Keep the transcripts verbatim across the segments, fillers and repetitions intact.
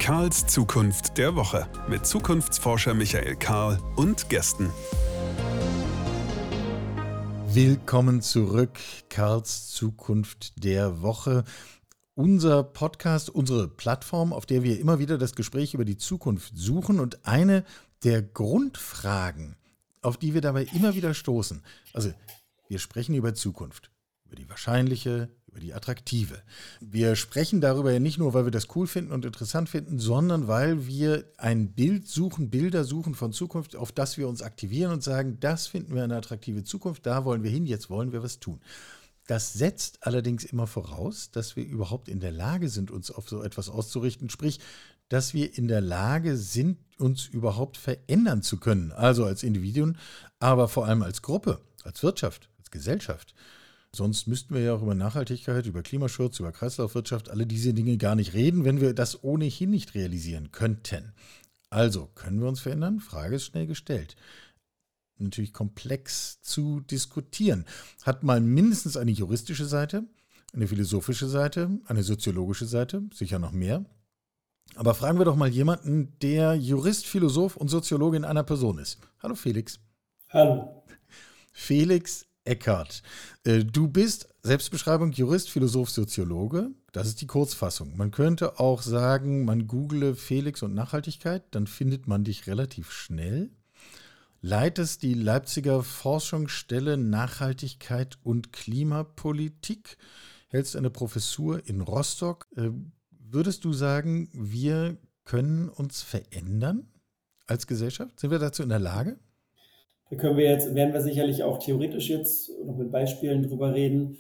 Karls Zukunft der Woche mit Zukunftsforscher Michael Karl und Gästen. Willkommen zurück, Karls Zukunft der Woche. Unser Podcast, unsere Plattform, auf der wir immer wieder das Gespräch über die Zukunft suchen. Und eine der Grundfragen, auf die wir dabei immer wieder stoßen, also wir sprechen über Zukunft, über die wahrscheinliche, über die attraktive. Wir sprechen darüber ja nicht nur, weil wir das cool finden und interessant finden, sondern weil wir ein Bild suchen, Bilder suchen von Zukunft, auf das wir uns aktivieren und sagen, das finden wir eine attraktive Zukunft, da wollen wir hin, jetzt wollen wir was tun. Das setzt allerdings immer voraus, dass wir überhaupt in der Lage sind, uns auf so etwas auszurichten, sprich, dass wir in der Lage sind, uns überhaupt verändern zu können, also als Individuen, aber vor allem als Gruppe, als Wirtschaft, als Gesellschaft. Sonst müssten wir ja auch über Nachhaltigkeit, über Klimaschutz, über Kreislaufwirtschaft, alle diese Dinge gar nicht reden, wenn wir das ohnehin nicht realisieren könnten. Also, können wir uns verändern? Frage ist schnell gestellt. Natürlich komplex zu diskutieren. Hat mal mindestens eine juristische Seite, eine philosophische Seite, eine soziologische Seite, sicher noch mehr. Aber fragen wir doch mal jemanden, der Jurist, Philosoph und Soziologe in einer Person ist. Hallo Felix. Hallo. Felix Eckert. Du bist, Selbstbeschreibung, Jurist, Philosoph, Soziologe. Das ist die Kurzfassung. Man könnte auch sagen, man google Felix und Nachhaltigkeit, dann findet man dich relativ schnell. Leitest die Leipziger Forschungsstelle Nachhaltigkeit und Klimapolitik, hältst eine Professur in Rostock. Würdest du sagen, wir können uns verändern als Gesellschaft? Sind wir dazu in der Lage? Da können wir jetzt, werden wir sicherlich auch theoretisch jetzt noch mit Beispielen drüber reden.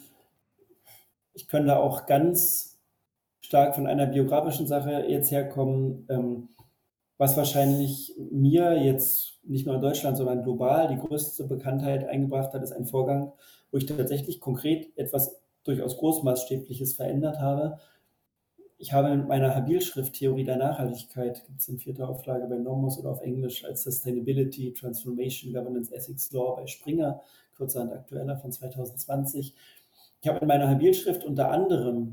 Ich könnte da auch ganz stark von einer biografischen Sache jetzt herkommen, ähm, was wahrscheinlich mir jetzt nicht nur in Deutschland, sondern global die größte Bekanntheit eingebracht hat, ist ein Vorgang, wo ich tatsächlich konkret etwas durchaus Großmaßstäbliches verändert habe. Ich habe mit meiner Habil-Schrift Theorie der Nachhaltigkeit, gibt es in vierter Auflage bei Nomos oder auf Englisch als Sustainability, Transformation, Governance, Ethics, Law bei Springer, kurzerhand aktueller von zwanzig zwanzig. Ich habe in meiner Habil-Schrift unter anderem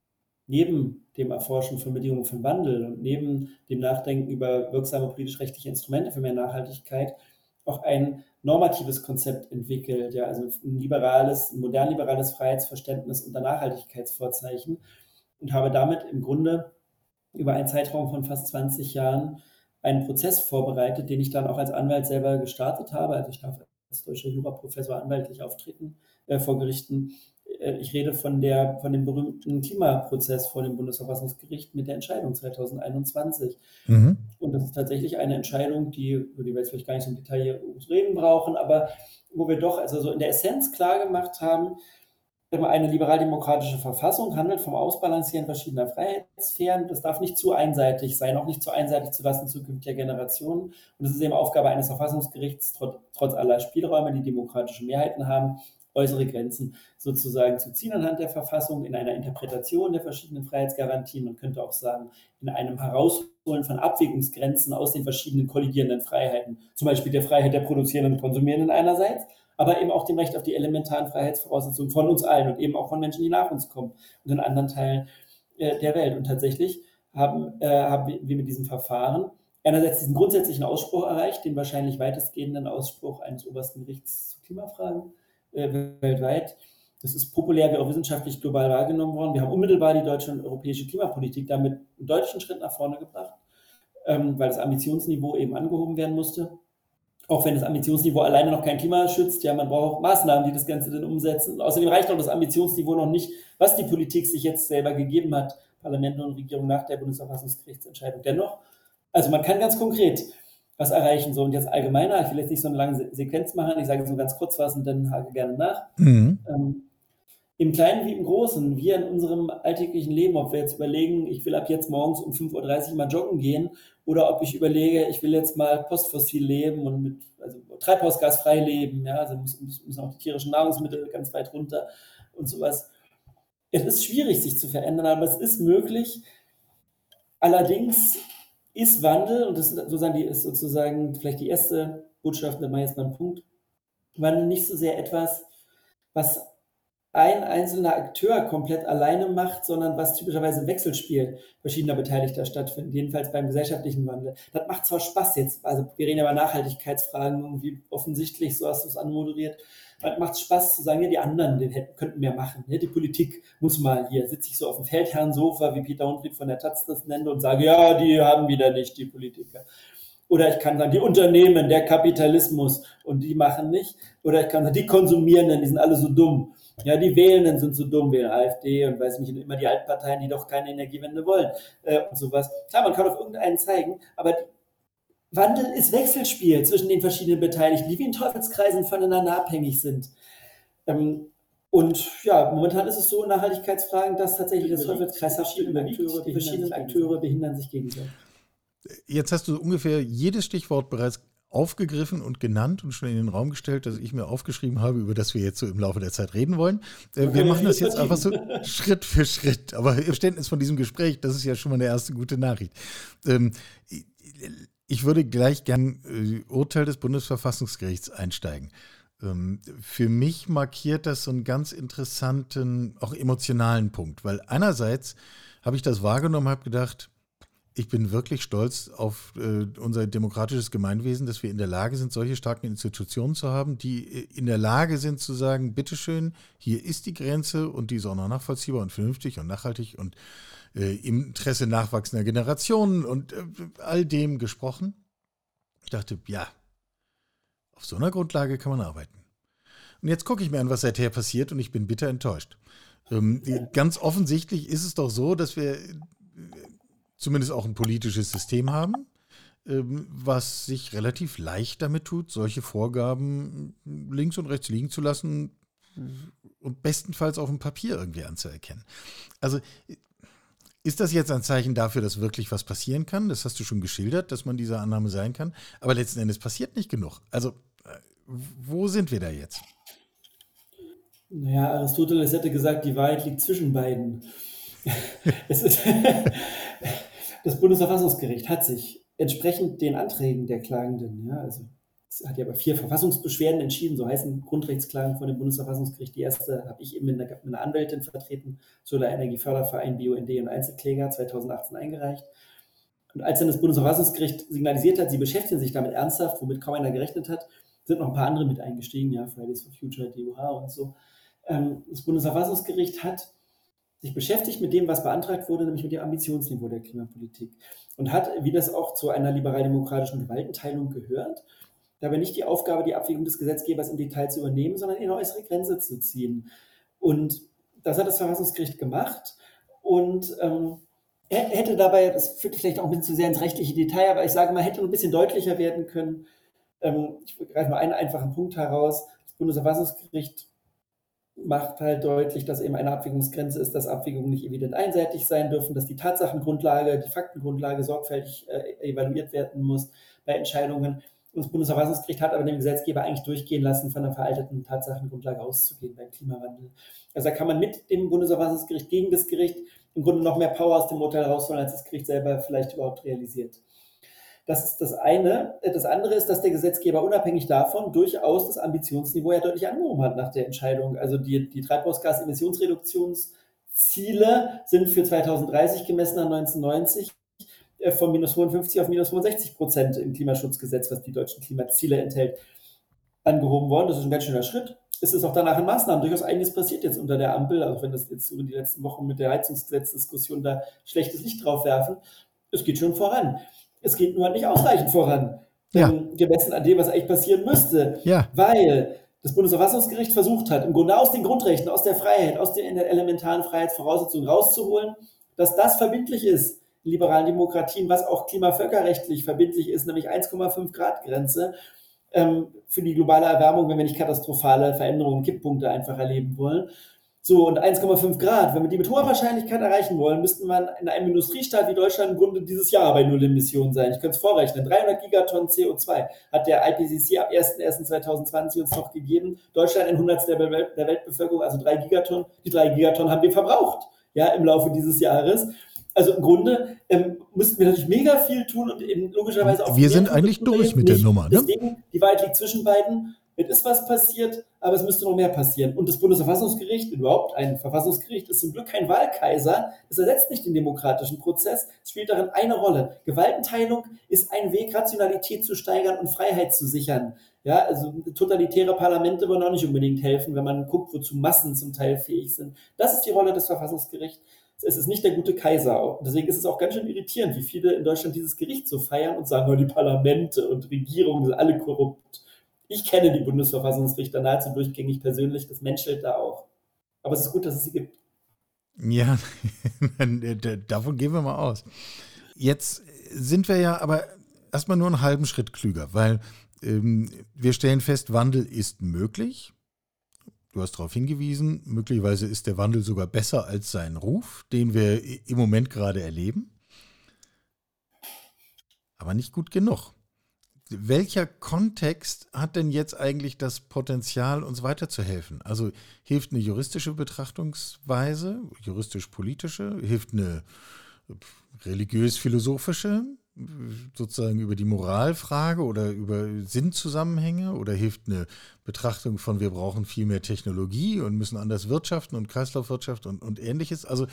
neben dem Erforschen von Bedingungen von Wandel und neben dem Nachdenken über wirksame politisch-rechtliche Instrumente für mehr Nachhaltigkeit auch ein normatives Konzept entwickelt, ja, also ein liberales, ein modern-liberales Freiheitsverständnis unter Nachhaltigkeitsvorzeichen und habe damit im Grunde über einen Zeitraum von fast zwanzig Jahren einen Prozess vorbereitet, den ich dann auch als Anwalt selber gestartet habe. Also ich darf als deutscher Juraprofessor anwaltlich auftreten äh, vor Gerichten. Ich rede von, der, von dem berühmten Klimaprozess vor dem Bundesverfassungsgericht mit der Entscheidung zwanzig einundzwanzig. Mhm. Und das ist tatsächlich eine Entscheidung, die, über die wir jetzt vielleicht gar nicht so im Detail hier reden brauchen, aber wo wir doch also so in der Essenz klar gemacht haben, eine liberal-demokratische Verfassung handelt vom Ausbalancieren verschiedener Freiheitssphären. Das darf nicht zu einseitig sein, auch nicht zu einseitig zu Lasten zukünftiger Generationen. Und es ist eben Aufgabe eines Verfassungsgerichts, trotz, trotz aller Spielräume, die demokratische Mehrheiten haben, äußere Grenzen sozusagen zu ziehen anhand der Verfassung, in einer Interpretation der verschiedenen Freiheitsgarantien. Man könnte auch sagen, in einem Herausholen von Abwägungsgrenzen aus den verschiedenen kollidierenden Freiheiten, zum Beispiel der Freiheit der Produzierenden und Konsumierenden einerseits, aber eben auch dem Recht auf die elementaren Freiheitsvoraussetzungen von uns allen und eben auch von Menschen, die nach uns kommen und in anderen Teilen äh, der Welt. Und tatsächlich haben, äh, haben wir mit diesem Verfahren einerseits diesen grundsätzlichen Ausspruch erreicht, den wahrscheinlich weitestgehenden Ausspruch eines obersten Gerichts zu Klimafragen äh, weltweit. Das ist populär wie auch wissenschaftlich global wahrgenommen worden. Wir haben unmittelbar die deutsche und europäische Klimapolitik damit einen deutlichen Schritt nach vorne gebracht, ähm, weil das Ambitionsniveau eben angehoben werden musste. Auch wenn das Ambitionsniveau alleine noch kein Klima schützt, ja, man braucht auch Maßnahmen, die das Ganze dann umsetzen. Und außerdem reicht auch das Ambitionsniveau noch nicht, was die Politik sich jetzt selber gegeben hat, Parlamente und Regierung nach der Bundesverfassungsgerichtsentscheidung. Dennoch, also man kann ganz konkret was erreichen. So, und jetzt allgemeiner, ich will jetzt nicht so eine lange Se- Sequenz machen, ich sage so ganz kurz was und dann hake gerne nach. Mhm. Ähm, Im Kleinen wie im Großen, wir in unserem alltäglichen Leben, ob wir jetzt überlegen, ich will ab jetzt morgens um fünf Uhr dreißig mal joggen gehen oder ob ich überlege, ich will jetzt mal postfossil leben und mit also treibhausgasfrei leben, ja, also müssen, müssen auch die tierischen Nahrungsmittel ganz weit runter und sowas. Es ist schwierig, sich zu verändern, aber es ist möglich. Allerdings ist Wandel, und das ist sozusagen, die, ist sozusagen vielleicht die erste Botschaft, da mache ich jetzt mal einen Punkt, Wandel nicht so sehr etwas, was ein einzelner Akteur komplett alleine macht, sondern was typischerweise im Wechselspiel verschiedener Beteiligter stattfindet, jedenfalls beim gesellschaftlichen Wandel. Das macht zwar Spaß jetzt, also wir reden ja über Nachhaltigkeitsfragen, irgendwie offensichtlich, so hast du es anmoderiert, das macht Spaß zu sagen, ja, die anderen den hätten, könnten mehr machen. Ne? Die Politik muss mal hier, sitze ich so auf dem Feldherrensofa, wie Peter Hundried von der Taz das nennt, und sage, ja, die haben wieder nicht, die Politiker. Oder ich kann sagen, die Unternehmen, der Kapitalismus, und die machen nicht. Oder ich kann sagen, die Konsumierenden, die sind alle so dumm. Ja, die Wählenden sind so dumm, wählen AfD und weiß nicht, immer die Altparteien, die doch keine Energiewende wollen äh, und sowas. Klar, man kann auf irgendeinen zeigen, aber Wandel ist Wechselspiel zwischen den verschiedenen Beteiligten, die wie in Teufelskreisen voneinander abhängig sind. Ähm, und ja, momentan ist es so in Nachhaltigkeitsfragen, dass tatsächlich das Teufelskreishafte überwiegt. Die verschiedenen Akteure behindern sich gegenseitig. Jetzt hast du ungefähr jedes Stichwort bereits aufgegriffen und genannt und schon in den Raum gestellt, das ich mir aufgeschrieben habe, über das wir jetzt so im Laufe der Zeit reden wollen. Äh, wir machen das jetzt einfach so Schritt für Schritt. Aber Verständnis von diesem Gespräch, das ist ja schon mal eine erste gute Nachricht. Ähm, ich würde gleich gern äh, Urteil des Bundesverfassungsgerichts einsteigen. Ähm, für mich markiert das so einen ganz interessanten, auch emotionalen Punkt, weil einerseits habe ich das wahrgenommen, habe gedacht, ich bin wirklich stolz auf äh, unser demokratisches Gemeinwesen, dass wir in der Lage sind, solche starken Institutionen zu haben, die in der Lage sind zu sagen, bitteschön, hier ist die Grenze und die ist auch noch nachvollziehbar und vernünftig und nachhaltig und äh, im Interesse nachwachsender Generationen und äh, all dem gesprochen. Ich dachte, ja, auf so einer Grundlage kann man arbeiten. Und jetzt gucke ich mir an, was seither passiert und ich bin bitter enttäuscht. Ähm, ganz offensichtlich ist es doch so, dass wir äh, zumindest auch ein politisches System haben, was sich relativ leicht damit tut, solche Vorgaben links und rechts liegen zu lassen und bestenfalls auf dem Papier irgendwie anzuerkennen. Also ist das jetzt ein Zeichen dafür, dass wirklich was passieren kann? Das hast du schon geschildert, dass man dieser Annahme sein kann. Aber letzten Endes passiert nicht genug. Also wo sind wir da jetzt? Naja, Aristoteles hätte gesagt, die Wahrheit liegt zwischen beiden. Es ist das Bundesverfassungsgericht hat sich entsprechend den Anträgen der Klagenden, ja, also es hat ja bei vier Verfassungsbeschwerden entschieden, so heißen Grundrechtsklagen vor dem Bundesverfassungsgericht. Die erste habe ich eben mit einer, mit einer Anwältin vertreten, Solarenergieförderverein, B U N D und Einzelkläger zweitausendachtzehn eingereicht. Und als dann das Bundesverfassungsgericht signalisiert hat, sie beschäftigen sich damit ernsthaft, womit kaum einer gerechnet hat, sind noch ein paar andere mit eingestiegen, ja, Fridays for Future, D U H und so. Das Bundesverfassungsgericht hat sich beschäftigt mit dem, was beantragt wurde, nämlich mit dem Ambitionsniveau der Klimapolitik und hat, wie das auch zu einer liberal-demokratischen Gewaltenteilung gehört, dabei nicht die Aufgabe, die Abwägung des Gesetzgebers im Detail zu übernehmen, sondern eine äußere Grenze zu ziehen. Und das hat das Verfassungsgericht gemacht und ähm, er hätte dabei, das führt vielleicht auch ein bisschen zu sehr ins rechtliche Detail, aber ich sage mal, hätte ein bisschen deutlicher werden können. Ähm, ich greife mal einen einfachen Punkt heraus. Das Bundesverfassungsgericht macht halt deutlich, dass eben eine Abwägungsgrenze ist, dass Abwägungen nicht evident einseitig sein dürfen, dass die Tatsachengrundlage, die Faktengrundlage sorgfältig äh, evaluiert werden muss bei Entscheidungen. Und das Bundesverfassungsgericht hat aber den Gesetzgeber eigentlich durchgehen lassen, von einer veralteten Tatsachengrundlage auszugehen beim Klimawandel. Also da kann man mit dem Bundesverfassungsgericht gegen das Gericht im Grunde noch mehr Power aus dem Urteil rausholen, als das Gericht selber vielleicht überhaupt realisiert. Das ist das eine. Das andere ist, dass der Gesetzgeber unabhängig davon durchaus das Ambitionsniveau ja deutlich angehoben hat nach der Entscheidung. Also die, die Treibhausgasemissionsreduktionsziele sind für zweitausenddreißig gemessen an neunzehnhundertneunzig von minus fünfundfünfzig auf minus fünfundsechzig Prozent im Klimaschutzgesetz, was die deutschen Klimaziele enthält, angehoben worden. Das ist ein ganz schöner Schritt. Es ist auch danach in Maßnahmen durchaus einiges passiert jetzt unter der Ampel, auch wenn das jetzt über die letzten Wochen mit der Heizungsgesetzdiskussion da schlechtes Licht drauf werfen. Es geht schon voran. Es geht nur halt nicht ausreichend voran, ja. ähm, gemessen an dem, was eigentlich passieren müsste, ja. Weil das Bundesverfassungsgericht versucht hat, im Grunde aus den Grundrechten, aus der Freiheit, aus den elementaren Freiheitsvoraussetzungen rauszuholen, dass das verbindlich ist in liberalen Demokratien, was auch klimavölkerrechtlich verbindlich ist, nämlich eins Komma fünf Grad Grenze ähm, für die globale Erwärmung, wenn wir nicht katastrophale Veränderungen, Kipppunkte einfach erleben wollen. So, und eins Komma fünf Grad, wenn wir die mit hoher Wahrscheinlichkeit erreichen wollen, müssten wir in einem Industriestaat wie Deutschland im Grunde dieses Jahr bei Null Emissionen sein. Ich könnte es vorrechnen. dreihundert Gigatonnen C O zwei hat der I P C C ab erster erster zweitausendzwanzig uns noch gegeben. Deutschland ein Hundertstel der, Welt, der Weltbevölkerung, also drei Gigatonnen. Die drei Gigatonnen haben wir verbraucht, ja, im Laufe dieses Jahres. Also im Grunde ähm, müssten wir natürlich mega viel tun und eben logischerweise auch... Wir sind eigentlich durch mit der Nummer, ne? Deswegen, die Wahrheit liegt zwischen beiden. es ist was passiert, aber es müsste noch mehr passieren. Und das Bundesverfassungsgericht, überhaupt ein Verfassungsgericht, ist zum Glück kein Wahlkaiser. Es ersetzt nicht den demokratischen Prozess. Es spielt darin eine Rolle. Gewaltenteilung ist ein Weg, Rationalität zu steigern und Freiheit zu sichern. Ja, also totalitäre Parlamente würden auch nicht unbedingt helfen, wenn man guckt, wozu Massen zum Teil fähig sind. Das ist die Rolle des Verfassungsgerichts. Es ist nicht der gute Kaiser. Deswegen ist es auch ganz schön irritierend, wie viele in Deutschland dieses Gericht so feiern und sagen, oh, die Parlamente und Regierungen sind alle korrupt. Ich kenne die Bundesverfassungsrichter nahezu durchgängig persönlich, das menschelt da auch. Aber es ist gut, dass es sie gibt. Ja, davon gehen wir mal aus. Jetzt sind wir ja aber erstmal nur einen halben Schritt klüger, weil ähm, wir stellen fest, Wandel ist möglich. Du hast darauf hingewiesen, möglicherweise ist der Wandel sogar besser als sein Ruf, den wir im Moment gerade erleben. Aber nicht gut genug. Welcher Kontext hat denn jetzt eigentlich das Potenzial, uns weiterzuhelfen? Also hilft eine juristische Betrachtungsweise, juristisch-politische, hilft eine religiös-philosophische, sozusagen über die Moralfrage oder über Sinnzusammenhänge, oder hilft eine Betrachtung von, wir brauchen viel mehr Technologie und müssen anders wirtschaften und Kreislaufwirtschaft und, und Ähnliches? Also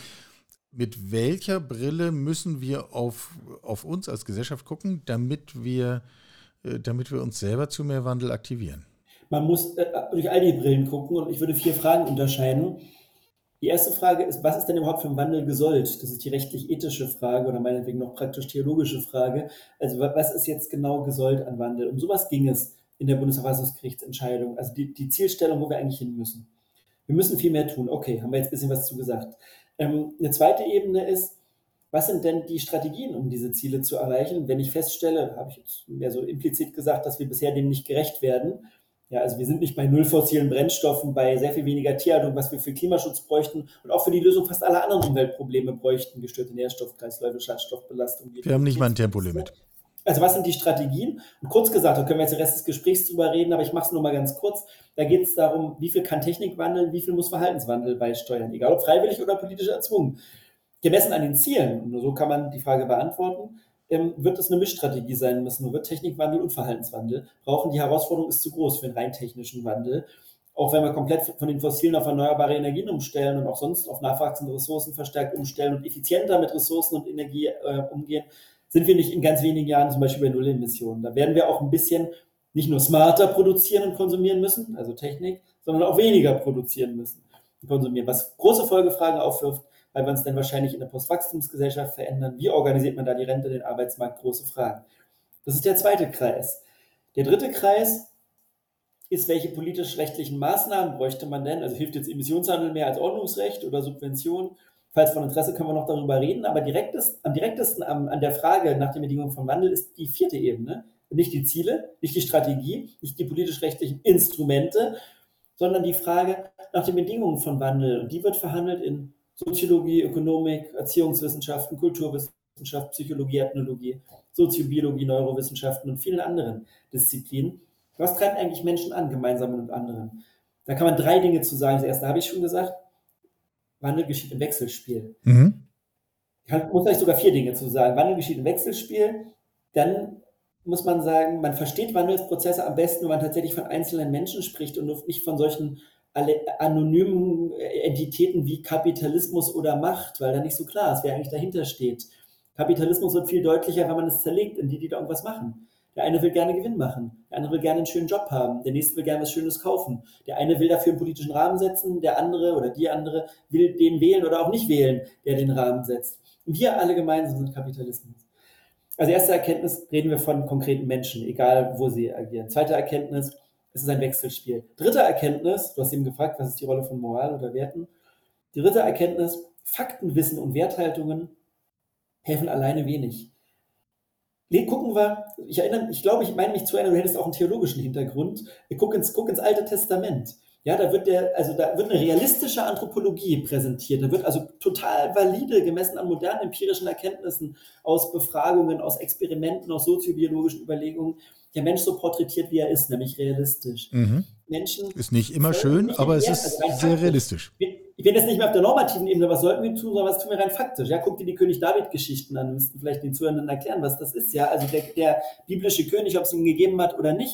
mit welcher Brille müssen wir auf, auf uns als Gesellschaft gucken, damit wir damit wir uns selber zu mehr Wandel aktivieren? Man muss äh, durch all die Brillen gucken und ich würde vier Fragen unterscheiden. Die erste Frage ist, was ist denn überhaupt für ein Wandel gesollt? Das ist die rechtlich-ethische Frage oder meinetwegen noch praktisch-theologische Frage. Also was ist jetzt genau gesollt an Wandel? Um sowas ging es in der Bundesverfassungsgerichtsentscheidung. Also die, die Zielstellung, wo wir eigentlich hin müssen. Wir müssen viel mehr tun. Okay, haben wir jetzt ein bisschen was zu gesagt. Ähm, eine zweite Ebene ist, was sind denn die Strategien, um diese Ziele zu erreichen? Wenn ich feststelle, habe ich jetzt mehr so implizit gesagt, dass wir bisher dem nicht gerecht werden. Ja, also wir sind nicht bei null fossilen Brennstoffen, bei sehr viel weniger Tierhaltung, was wir für Klimaschutz bräuchten und auch für die Lösung fast aller anderen Umweltprobleme bräuchten, gestörte Nährstoffkreisläufe, Schadstoffbelastung. Wir haben nicht mal ein Tempolimit. Also was sind die Strategien? Und kurz gesagt, da können wir jetzt den Rest des Gesprächs drüber reden, aber ich mache es nur mal ganz kurz. Da geht es darum, wie viel kann Technik wandeln, wie viel muss Verhaltenswandel beisteuern, egal ob freiwillig oder politisch erzwungen. Gemessen an den Zielen, und nur so kann man die Frage beantworten, ähm, wird es eine Mischstrategie sein müssen. Wird Technikwandel und Verhaltenswandel brauchen. Die Herausforderung ist zu groß für den rein technischen Wandel. Auch wenn wir komplett von den fossilen auf erneuerbare Energien umstellen und auch sonst auf nachwachsende Ressourcen verstärkt umstellen und effizienter mit Ressourcen und Energie äh, umgehen, sind wir nicht in ganz wenigen Jahren zum Beispiel bei Nullemissionen. Da werden wir auch ein bisschen nicht nur smarter produzieren und konsumieren müssen, also Technik, sondern auch weniger produzieren müssen und konsumieren, was große Folgefragen aufwirft, weil wir uns dann wahrscheinlich in der Postwachstumsgesellschaft verändern. Wie organisiert man da die Rente, den Arbeitsmarkt? Große Fragen. Das ist der zweite Kreis. Der dritte Kreis ist, welche politisch-rechtlichen Maßnahmen bräuchte man denn? Also hilft jetzt Emissionshandel mehr als Ordnungsrecht oder Subventionen? Falls von Interesse können wir noch darüber reden, aber direktest, am direktesten an, an der Frage nach den Bedingungen von Wandel ist die vierte Ebene. Nicht die Ziele, nicht die Strategie, nicht die politisch-rechtlichen Instrumente, sondern die Frage nach den Bedingungen von Wandel. Und die wird verhandelt in Soziologie, Ökonomik, Erziehungswissenschaften, Kulturwissenschaft, Psychologie, Ethnologie, Soziobiologie, Neurowissenschaften und vielen anderen Disziplinen. Was treibt eigentlich Menschen an, gemeinsam mit anderen? Da kann man drei Dinge zu sagen. Das erste habe ich schon gesagt, Wandel geschieht im Wechselspiel. Mhm. Ich muss euch sogar vier Dinge zu sagen. Wandel geschieht im Wechselspiel, dann muss man sagen, man versteht Wandelsprozesse am besten, wenn man tatsächlich von einzelnen Menschen spricht und nicht von solchen anonymen Entitäten wie Kapitalismus oder Macht, weil da nicht so klar ist, wer eigentlich dahinter steht. Kapitalismus wird viel deutlicher, wenn man es zerlegt in die, die da irgendwas machen. Der eine will gerne Gewinn machen, der andere will gerne einen schönen Job haben, der nächste will gerne was Schönes kaufen. Der eine will dafür einen politischen Rahmen setzen, der andere oder die andere will den wählen oder auch nicht wählen, der den Rahmen setzt. Und wir alle gemeinsam sind Kapitalismus. Also erste Erkenntnis, reden wir von konkreten Menschen, egal wo sie agieren. Zweite Erkenntnis, es ist ein Wechselspiel. Dritte Erkenntnis, du hast eben gefragt, was ist die Rolle von Moral oder Werten? Die dritte Erkenntnis, Faktenwissen und Werthaltungen helfen alleine wenig. Gucken wir, ich erinnere, ich glaube, ich meine mich zu erinnern, du hättest auch einen theologischen Hintergrund. Guck ins, guck ins Alte Testament. Ja, da wird der, also da wird eine realistische Anthropologie präsentiert. Da wird also total valide, gemessen an modernen empirischen Erkenntnissen aus Befragungen, aus Experimenten, aus soziobiologischen Überlegungen, der Mensch so porträtiert, wie er ist, nämlich realistisch. Mhm. Menschen ist nicht immer schön, aber es ist also sehr realistisch. Ich bin jetzt nicht mehr auf der normativen Ebene, was sollten wir tun, sondern was tun wir rein faktisch. Ja, guck dir die König-David-Geschichten an, wir müssten vielleicht den Zuhörern erklären, was das ist. Ja, also der, der biblische König, ob es ihn gegeben hat oder nicht,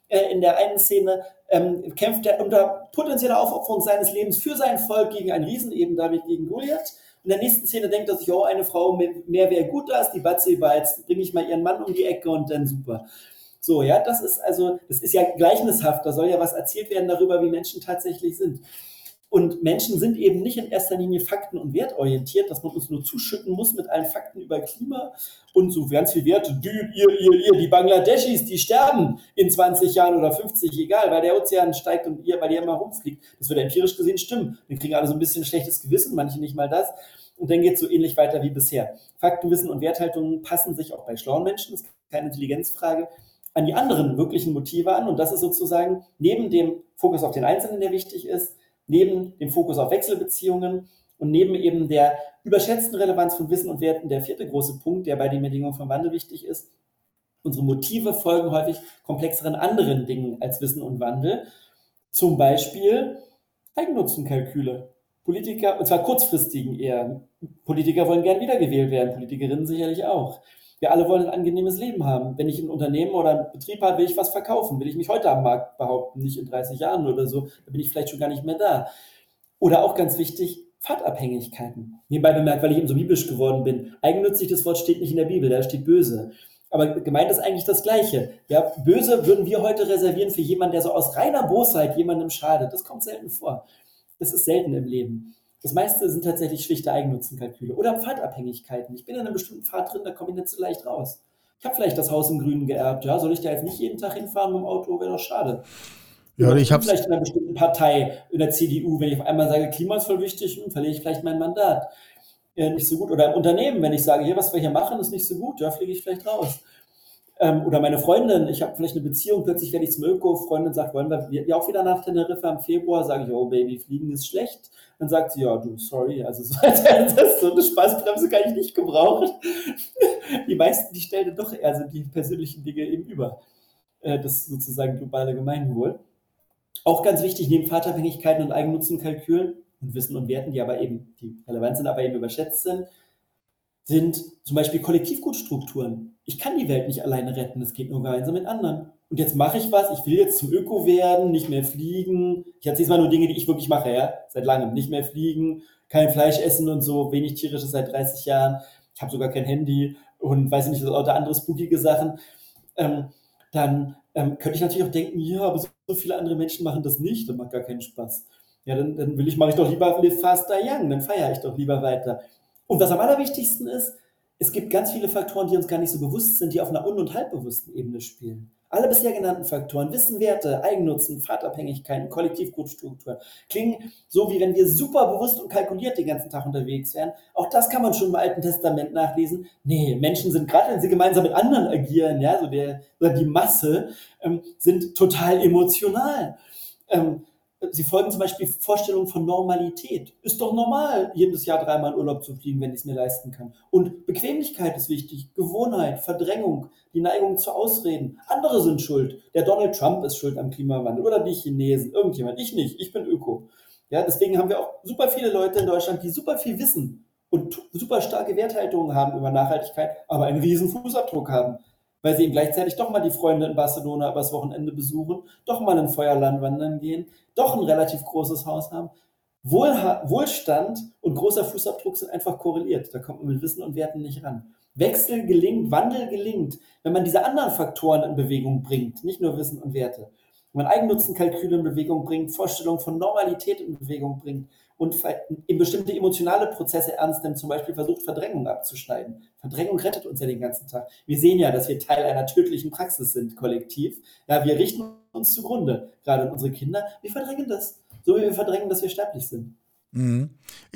Äh, in der einen Szene ähm, kämpft er unter potenzieller Aufopferung seines Lebens für sein Volk gegen einen Riesen, eben David gegen Goliath. In der nächsten Szene denkt er sich, oh, eine Frau mehr wäre gut, da ist die Bathseba, jetzt bringe ich mal ihren Mann um die Ecke und dann super. So, ja, das ist also, das ist ja gleichnishaft, da soll ja was erzählt werden darüber, wie Menschen tatsächlich sind. Und Menschen sind eben nicht in erster Linie fakten- und wertorientiert, dass man uns nur zuschütten muss mit allen Fakten über Klima und so ganz viel Werte. Die, ihr, ihr, ihr, die Bangladeschis, die sterben in zwanzig Jahren oder fünfzig, egal, weil der Ozean steigt und ihr, weil ihr immer rumfliegt. Das würde empirisch gesehen stimmen. Wir kriegen alle so ein bisschen schlechtes Gewissen, manche nicht mal das. Und dann geht es so ähnlich weiter wie bisher. Fakten, Wissen und Werthaltungen passen sich auch bei schlauen Menschen, das ist keine Intelligenzfrage, an die anderen wirklichen Motive an. Und das ist sozusagen neben dem Fokus auf den Einzelnen, der wichtig ist, neben dem Fokus auf Wechselbeziehungen und neben eben der überschätzten Relevanz von Wissen und Werten der vierte große Punkt, der bei den Bedingungen von Wandel wichtig ist. Unsere Motive folgen häufig komplexeren anderen Dingen als Wissen und Wandel. Zum Beispiel Eigennutzenkalküle. Politiker, und zwar kurzfristigen eher. Politiker wollen gern wiedergewählt werden, Politikerinnen sicherlich auch. Wir alle wollen ein angenehmes Leben haben. Wenn ich ein Unternehmen oder einen Betrieb habe, will ich was verkaufen, will ich mich heute am Markt behaupten, nicht in dreißig Jahren oder so, da bin ich vielleicht schon gar nicht mehr da. Oder auch ganz wichtig, Fahrtabhängigkeiten. Nebenbei bemerkt, weil ich eben so biblisch geworden bin. Eigennützig, das Wort steht nicht in der Bibel, da steht böse. Aber gemeint ist eigentlich das Gleiche. Ja, böse würden wir heute reservieren für jemanden, der so aus reiner Bosheit jemandem schadet. Das kommt selten vor. Das ist selten im Leben. Das meiste sind tatsächlich schlichte Eigennutzenkalküle oder Pfadabhängigkeiten. Ich bin in einem bestimmten Pfad drin, da komme ich nicht so leicht raus. Ich habe vielleicht das Haus im Grünen geerbt, ja, soll ich da jetzt nicht jeden Tag hinfahren mit dem Auto, wäre doch schade. Ja, Oder ich habe vielleicht in einer bestimmten Partei, in der C D U, wenn ich auf einmal sage, Klima ist voll wichtig, hm, verliere ich vielleicht mein Mandat. Ja, nicht so gut. Oder im Unternehmen, wenn ich sage, hier, was wir hier machen, ist nicht so gut, ja, fliege ich vielleicht raus. Ähm, oder meine Freundin, ich habe vielleicht eine Beziehung, plötzlich werde ich zum Öko, Freundin sagt, wollen wir wir auch wieder nach Teneriffa im Februar, sage ich, oh Baby, fliegen ist schlecht. Dann sagt sie, ja, du, sorry, also so, so eine Spaßbremse kann ich nicht gebrauchen. Die meisten, die stellen doch eher so die persönlichen Dinge eben über. Äh, das sozusagen globale Gemeinwohl. Auch ganz wichtig, neben Fahrtabhängigkeiten und Eigennutzenkalkülen und Wissen und Werten, die aber eben, die relevant sind, aber eben überschätzt sind, sind zum Beispiel Kollektivgutstrukturen. Ich kann die Welt nicht alleine retten, das geht nur gemeinsam mit anderen. Und jetzt mache ich was, ich will jetzt zum Öko werden, nicht mehr fliegen. Ich erzähle jetzt mal nur Dinge, die ich wirklich mache, ja, seit langem. Nicht mehr fliegen, kein Fleisch essen und so, wenig tierisches seit dreißig Jahren. Ich habe sogar kein Handy und weiß nicht, lauter andere spookige Sachen. Ähm, dann ähm, könnte ich natürlich auch denken, ja, aber so, so viele andere Menschen machen das nicht, das macht gar keinen Spaß. Ja, dann, dann will ich, mache ich doch lieber Live Fast Die Young, dann feiere ich doch lieber weiter. Und was am allerwichtigsten ist, es gibt ganz viele Faktoren, die uns gar nicht so bewusst sind, die auf einer un- und halbbewussten Ebene spielen. Alle bisher genannten Faktoren, Wissen, Werte, Eigennutzen, Fahrtabhängigkeiten, Kollektivgutstruktur, klingen so, wie wenn wir super bewusst und kalkuliert den ganzen Tag unterwegs wären. Auch das kann man schon im Alten Testament nachlesen. Nee, Menschen sind, gerade wenn sie gemeinsam mit anderen agieren, ja, so der, oder die Masse, ähm, sind total emotional. Ähm, Sie folgen zum Beispiel Vorstellungen von Normalität. Ist doch normal, jedes Jahr dreimal in Urlaub zu fliegen, wenn ich es mir leisten kann. Und Bequemlichkeit ist wichtig, Gewohnheit, Verdrängung, die Neigung zu Ausreden. Andere sind schuld. Der Donald Trump ist schuld am Klimawandel oder die Chinesen, irgendjemand. Ich nicht, ich bin Öko. Ja, deswegen haben wir auch super viele Leute in Deutschland, die super viel wissen und super starke Werthaltungen haben über Nachhaltigkeit, aber einen riesen Fußabdruck haben. Weil sie eben gleichzeitig doch mal die Freunde in Barcelona übers Wochenende besuchen, doch mal in Feuerland wandern gehen, doch ein relativ großes Haus haben. Wohlha- Wohlstand und großer Fußabdruck sind einfach korreliert. Da kommt man mit Wissen und Werten nicht ran. Wechsel gelingt, Wandel gelingt, wenn man diese anderen Faktoren in Bewegung bringt, nicht nur Wissen und Werte. Wenn man Eigennutzenkalküle in Bewegung bringt, Vorstellungen von Normalität in Bewegung bringt und in bestimmte emotionale Prozesse ernst nimmt, zum Beispiel versucht, Verdrängung abzuschneiden. Verdrängung rettet uns ja den ganzen Tag. Wir sehen ja, dass wir Teil einer tödlichen Praxis sind, kollektiv. Ja, wir richten uns zugrunde, gerade unsere Kinder. Wir verdrängen das, so wie wir verdrängen, dass wir sterblich sind. Mhm.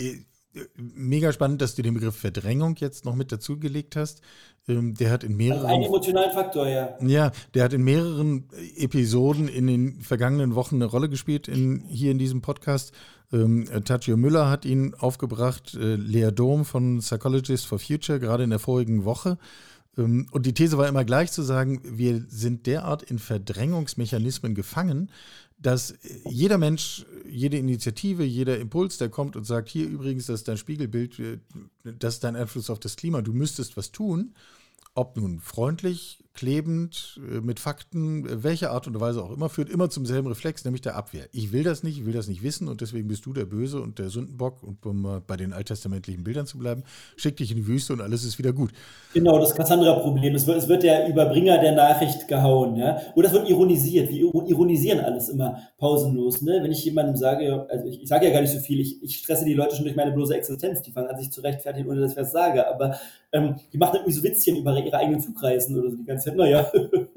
Mega spannend, dass du den Begriff Verdrängung jetzt noch mit dazugelegt hast. Der hat in mehreren... Also einen emotionalen Faktor, ja. Ja, der hat in mehreren Episoden in den vergangenen Wochen eine Rolle gespielt in, hier in diesem Podcast. Ähm, Tadzio Müller hat ihn aufgebracht, äh, Lea Dom von Psychologists for Future, gerade in der vorigen Woche. Ähm, und die These war immer gleich zu sagen, wir sind derart in Verdrängungsmechanismen gefangen, dass jeder Mensch, jede Initiative, jeder Impuls, der kommt und sagt, hier übrigens, das ist dein Spiegelbild, das ist dein Einfluss auf das Klima, du müsstest was tun, ob nun freundlich, klebend, äh, mit Fakten, äh, welcher Art und Weise auch immer, führt immer zum selben Reflex, nämlich der Abwehr. Ich will das nicht, ich will das nicht wissen und deswegen bist du der Böse und der Sündenbock und um mal bei den alttestamentlichen Bildern zu bleiben, schick dich in die Wüste und alles ist wieder gut. Genau, das Cassandra-Problem. Es wird, es wird der Überbringer der Nachricht gehauen, ja. Oder es wird ironisiert. Wir ironisieren alles immer pausenlos, ne? Wenn ich jemandem sage, also ich, ich sage ja gar nicht so viel, ich, ich stresse die Leute schon durch meine bloße Existenz, die fangen an, sich zu rechtfertigen, ohne dass ich was sage, aber ähm, die machen irgendwie so Witzchen über ihre eigenen Flugreisen oder so die ganze Zeit, naja.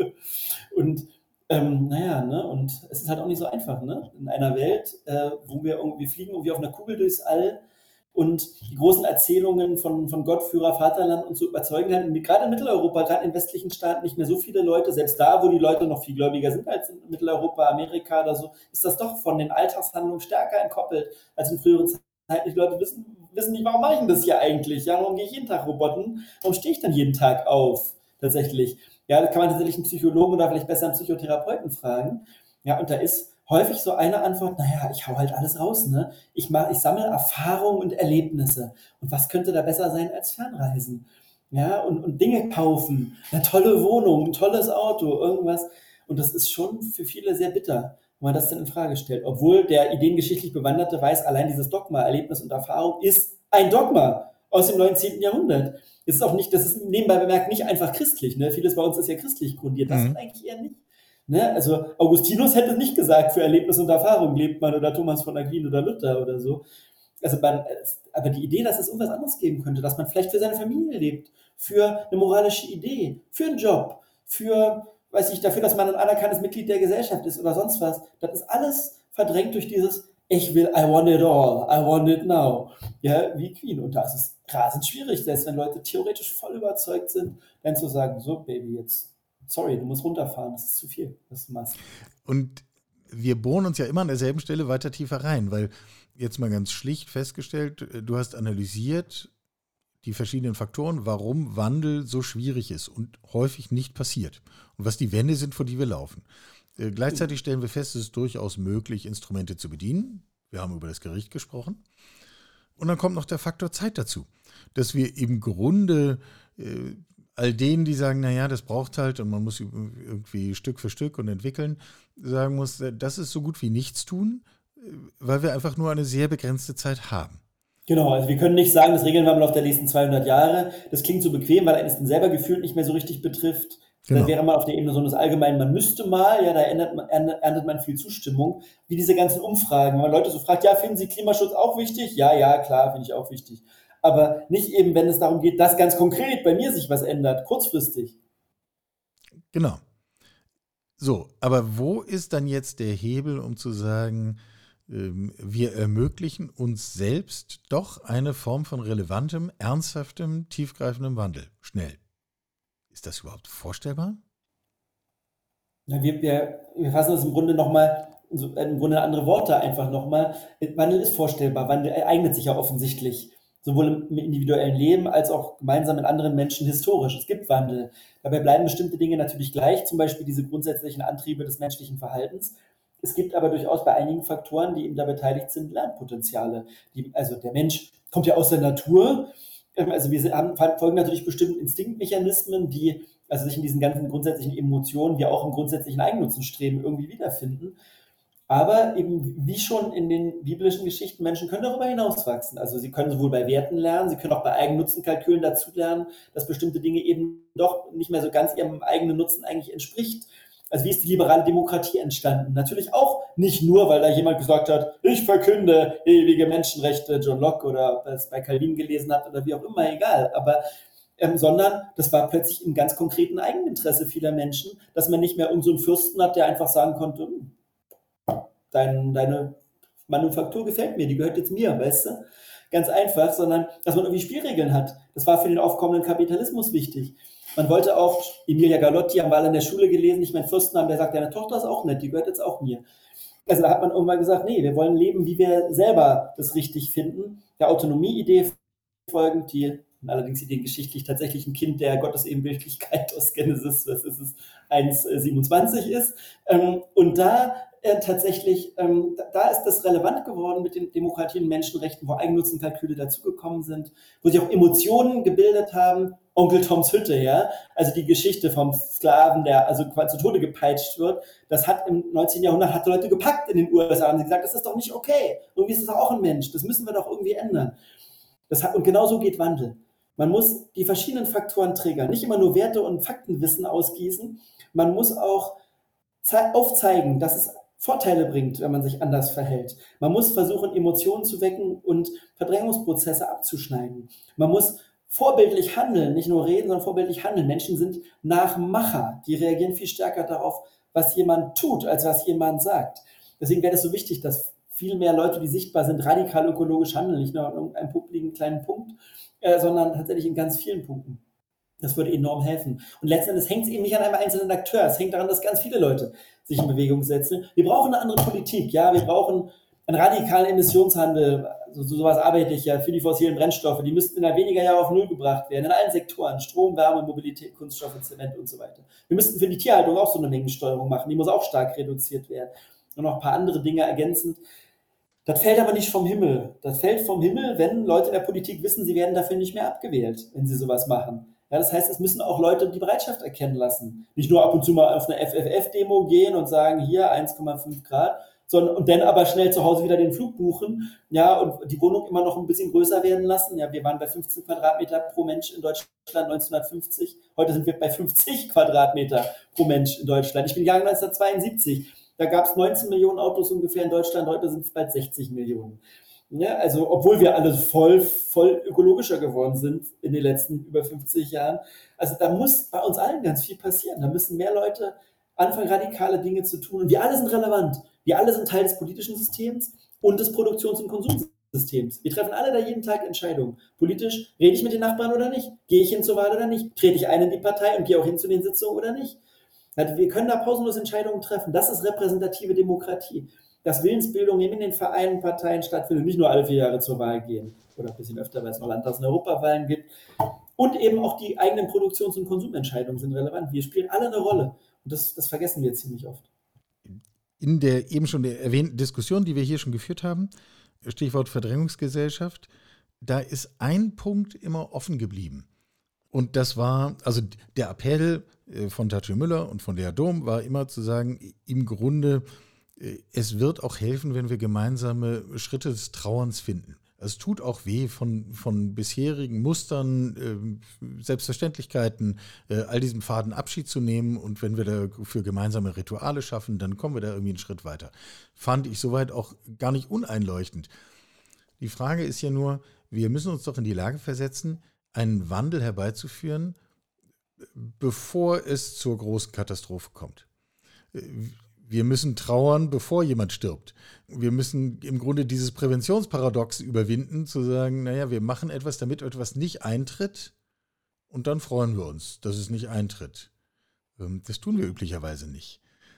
Und ähm, naja, ne? Und es ist halt auch nicht so einfach, ne? In einer Welt, äh, wo wir irgendwie fliegen, irgendwie auf einer Kugel durchs All, und die großen Erzählungen von, von Gottführer, Vaterland und so überzeugen halt, gerade in Mitteleuropa, gerade in westlichen Staaten nicht mehr so viele Leute, selbst da, wo die Leute noch viel gläubiger sind als in Mitteleuropa, Amerika oder so, ist das doch von den Alltagshandlungen stärker entkoppelt als in früheren Zeiten. Die Leute wissen, wissen nicht, warum mache ich denn das hier eigentlich? Ja, warum gehe ich jeden Tag Roboten? Warum stehe ich dann jeden Tag auf? Tatsächlich. Ja, da kann man tatsächlich einen Psychologen oder vielleicht besser einen Psychotherapeuten fragen. Ja, und da ist häufig so eine Antwort, naja, ich hau halt alles raus, ne? Ich mach, ich sammle Erfahrungen und Erlebnisse. Und was könnte da besser sein als Fernreisen? Ja, und, und Dinge kaufen, eine tolle Wohnung, ein tolles Auto, irgendwas. Und das ist schon für viele sehr bitter, wenn man das dann in Frage stellt. Obwohl der ideengeschichtlich Bewanderte weiß, allein dieses Dogma, Erlebnis und Erfahrung ist ein Dogma aus dem neunzehnten Jahrhundert. Es ist auch nicht, das ist nebenbei bemerkt nicht einfach christlich, ne? Vieles bei uns ist ja christlich grundiert, das Mhm. ist eigentlich eher nicht. Ne? Also Augustinus hätte nicht gesagt, für Erlebnis und Erfahrung lebt man, oder Thomas von Aquin oder Luther oder so. Also man, aber die Idee, dass es irgendwas anderes geben könnte, dass man vielleicht für seine Familie lebt, für eine moralische Idee, für einen Job, für, weiß ich, dafür, dass man ein anerkanntes Mitglied der Gesellschaft ist oder sonst was, das ist alles verdrängt durch dieses ich will, I want it all, I want it now. Ja, wie Queen. Und da ist es rasend schwierig, selbst wenn Leute theoretisch voll überzeugt sind, dann zu sagen, so Baby, jetzt sorry, du musst runterfahren, das ist zu viel, was du machst. Und wir bohren uns ja immer an derselben Stelle weiter tiefer rein, weil jetzt mal ganz schlicht festgestellt, du hast analysiert die verschiedenen Faktoren, warum Wandel so schwierig ist und häufig nicht passiert und was die Wände sind, vor die wir laufen. Äh, gleichzeitig stellen wir fest, es ist durchaus möglich, Instrumente zu bedienen. Wir haben über das Gericht gesprochen. Und dann kommt noch der Faktor Zeit dazu, dass wir im Grunde äh, all denen, die sagen, naja, das braucht halt und man muss irgendwie Stück für Stück und entwickeln, sagen muss, das ist so gut wie nichts tun, weil wir einfach nur eine sehr begrenzte Zeit haben. Genau, also wir können nicht sagen, das regeln wir mal auf der nächsten zweihundert Jahre. Das klingt so bequem, weil eines dann selber gefühlt nicht mehr so richtig betrifft. Genau. Dann wäre man auf der Ebene so des Allgemeinen, man müsste mal, ja, da erntet man, erntet man viel Zustimmung, wie diese ganzen Umfragen. Wenn man Leute so fragt, ja, finden Sie Klimaschutz auch wichtig? Ja, ja, klar, finde ich auch wichtig. Aber nicht eben, wenn es darum geht, dass ganz konkret bei mir sich was ändert, kurzfristig. Genau. So, aber wo ist dann jetzt der Hebel, um zu sagen, ähm, wir ermöglichen uns selbst doch eine Form von relevantem, ernsthaftem, tiefgreifendem Wandel? Schnell. Ist das überhaupt vorstellbar? Ja, wir, wir, wir fassen das im Grunde nochmal, so, im Grunde andere Worte einfach nochmal. Wandel ist vorstellbar, Wandel eignet sich ja offensichtlich, sowohl im individuellen Leben als auch gemeinsam mit anderen Menschen historisch. Es gibt Wandel. Dabei bleiben bestimmte Dinge natürlich gleich, zum Beispiel diese grundsätzlichen Antriebe des menschlichen Verhaltens. Es gibt aber durchaus bei einigen Faktoren, die eben da beteiligt sind, Lernpotenziale. Die, also der Mensch kommt ja aus der Natur. Also wir haben, folgen natürlich bestimmten Instinktmechanismen, die also sich in diesen ganzen grundsätzlichen Emotionen, wie auch im grundsätzlichen Eigennutzenstreben irgendwie wiederfinden. Aber eben wie schon in den biblischen Geschichten, Menschen können darüber hinauswachsen. Also sie können sowohl bei Werten lernen, sie können auch bei Eigennutzenkalkülen dazu lernen, dass bestimmte Dinge eben doch nicht mehr so ganz ihrem eigenen Nutzen eigentlich entspricht. Also wie ist die liberale Demokratie entstanden? Natürlich auch nicht nur, weil da jemand gesagt hat, ich verkünde ewige Menschenrechte, John Locke oder es bei Calvin gelesen hat oder wie auch immer, egal. Aber ähm, sondern das war plötzlich im ganz konkreten Eigeninteresse vieler Menschen, dass man nicht mehr irgend so einen Fürsten hat, der einfach sagen konnte, dein, deine Manufaktur gefällt mir, die gehört jetzt mir, weißt du? Ganz einfach, sondern dass man irgendwie Spielregeln hat. Das war für den aufkommenden Kapitalismus wichtig. Man wollte auch, Emilia Galotti haben wir alle in der Schule gelesen, nicht meinen Fürsten haben, der sagt, deine Tochter ist auch nett, die gehört jetzt auch mir. Also da hat man irgendwann gesagt, nee, wir wollen leben, wie wir selber das richtig finden. Der Autonomie-Idee folgend, die allerdings ideengeschichtlich tatsächlich ein Kind der Gottesebenbildlichkeit aus Genesis, was ist es, eins Komma siebenundzwanzig ist. Und da äh, tatsächlich, ähm, da, da ist das relevant geworden mit den Demokratien und Menschenrechten, wo Eigennutzenkalküle dazugekommen sind, wo sich auch Emotionen gebildet haben. Onkel Toms Hütte, ja, also die Geschichte vom Sklaven, der also quasi zu Tode gepeitscht wird, das hat im neunzehnten Jahrhundert hat Leute gepackt in den U S A und sie gesagt, das ist doch nicht okay. Irgendwie ist es auch ein Mensch, das müssen wir doch irgendwie ändern. Das hat, und genau so geht Wandel. Man muss die verschiedenen Faktoren triggern, nicht immer nur Werte und Faktenwissen ausgießen, man muss auch aufzeigen, dass es Vorteile bringt, wenn man sich anders verhält. Man muss versuchen, Emotionen zu wecken und Verdrängungsprozesse abzuschneiden. Man muss vorbildlich handeln, nicht nur reden, sondern vorbildlich handeln. Menschen sind Nachmacher, die reagieren viel stärker darauf, was jemand tut, als was jemand sagt. Deswegen wäre es so wichtig, dass viel mehr Leute, die sichtbar sind, radikal ökologisch handeln, nicht nur an irgendeinem publiken kleinen Punkt, äh, sondern tatsächlich in ganz vielen Punkten. Das würde enorm helfen. Und letzten Endes hängt es eben nicht an einem einzelnen Akteur. Es hängt daran, dass ganz viele Leute sich in Bewegung setzen. Wir brauchen eine andere Politik. Ja, wir brauchen einen radikalen Emissionshandel. So, sowas arbeite ich ja für die fossilen Brennstoffe. Die müssten innerhalb weniger Jahre auf Null gebracht werden. In allen Sektoren. Strom, Wärme, Mobilität, Kunststoffe, Zement und so weiter. Wir müssten für die Tierhaltung auch so eine Mengensteuerung machen. Die muss auch stark reduziert werden. Und noch ein paar andere Dinge ergänzend. Das fällt aber nicht vom Himmel. Das fällt vom Himmel, wenn Leute in der Politik wissen, sie werden dafür nicht mehr abgewählt, wenn sie sowas machen. Ja, das heißt, es müssen auch Leute die Bereitschaft erkennen lassen. Nicht nur ab und zu mal auf eine F F F-Demo gehen und sagen, hier eins Komma fünf Grad, sondern und dann aber schnell zu Hause wieder den Flug buchen, ja, und die Wohnung immer noch ein bisschen größer werden lassen. Ja, wir waren bei fünfzehn Quadratmeter pro Mensch in Deutschland neunzehnhundertfünfzig. Heute sind wir bei fünfzig Quadratmeter pro Mensch in Deutschland. Ich bin Jahrgang neunzehnhundertzweiundsiebzig. Da gab es neunzehn Millionen Autos ungefähr in Deutschland. Heute sind es bald sechzig Millionen. Ja, also obwohl wir alle voll, voll ökologischer geworden sind in den letzten über fünfzig Jahren. Also da muss bei uns allen ganz viel passieren. Da müssen mehr Leute anfangen, radikale Dinge zu tun. Und wir alle sind relevant. Wir alle sind Teil des politischen Systems und des Produktions- und Konsumsystems. Wir treffen alle da jeden Tag Entscheidungen. Politisch, rede ich mit den Nachbarn oder nicht? Gehe ich hin zur Wahl oder nicht? Trete ich ein in die Partei und gehe auch hin zu den Sitzungen oder nicht? Also wir können da pausenlos Entscheidungen treffen. Das ist repräsentative Demokratie. Dass Willensbildung in den Vereinen, Parteien stattfindet, nicht nur alle vier Jahre zur Wahl gehen oder ein bisschen öfter, weil es noch Landtags- und Europawahlen gibt. Und eben auch die eigenen Produktions- und Konsumentscheidungen sind relevant. Wir spielen alle eine Rolle und das, das vergessen wir ziemlich oft. In der eben schon erwähnten Diskussion, die wir hier schon geführt haben, Stichwort Verdrängungsgesellschaft, da ist ein Punkt immer offen geblieben. Und das war, also der Appell von Tatsche Müller und von Lea Dom war immer zu sagen, im Grunde, es wird auch helfen, wenn wir gemeinsame Schritte des Trauerns finden. Es tut auch weh, von, von bisherigen Mustern, äh, Selbstverständlichkeiten, äh, all diesem Faden Abschied zu nehmen. Und wenn wir dafür gemeinsame Rituale schaffen, dann kommen wir da irgendwie einen Schritt weiter. Fand ich soweit auch gar nicht uneinleuchtend. Die Frage ist ja nur, wir müssen uns doch in die Lage versetzen, einen Wandel herbeizuführen, bevor es zur großen Katastrophe kommt. Wir müssen trauern, bevor jemand stirbt. Wir müssen im Grunde dieses Präventionsparadox überwinden, zu sagen, naja, wir machen etwas, damit etwas nicht eintritt und dann freuen wir uns, dass es nicht eintritt. Das tun wir üblicherweise nicht.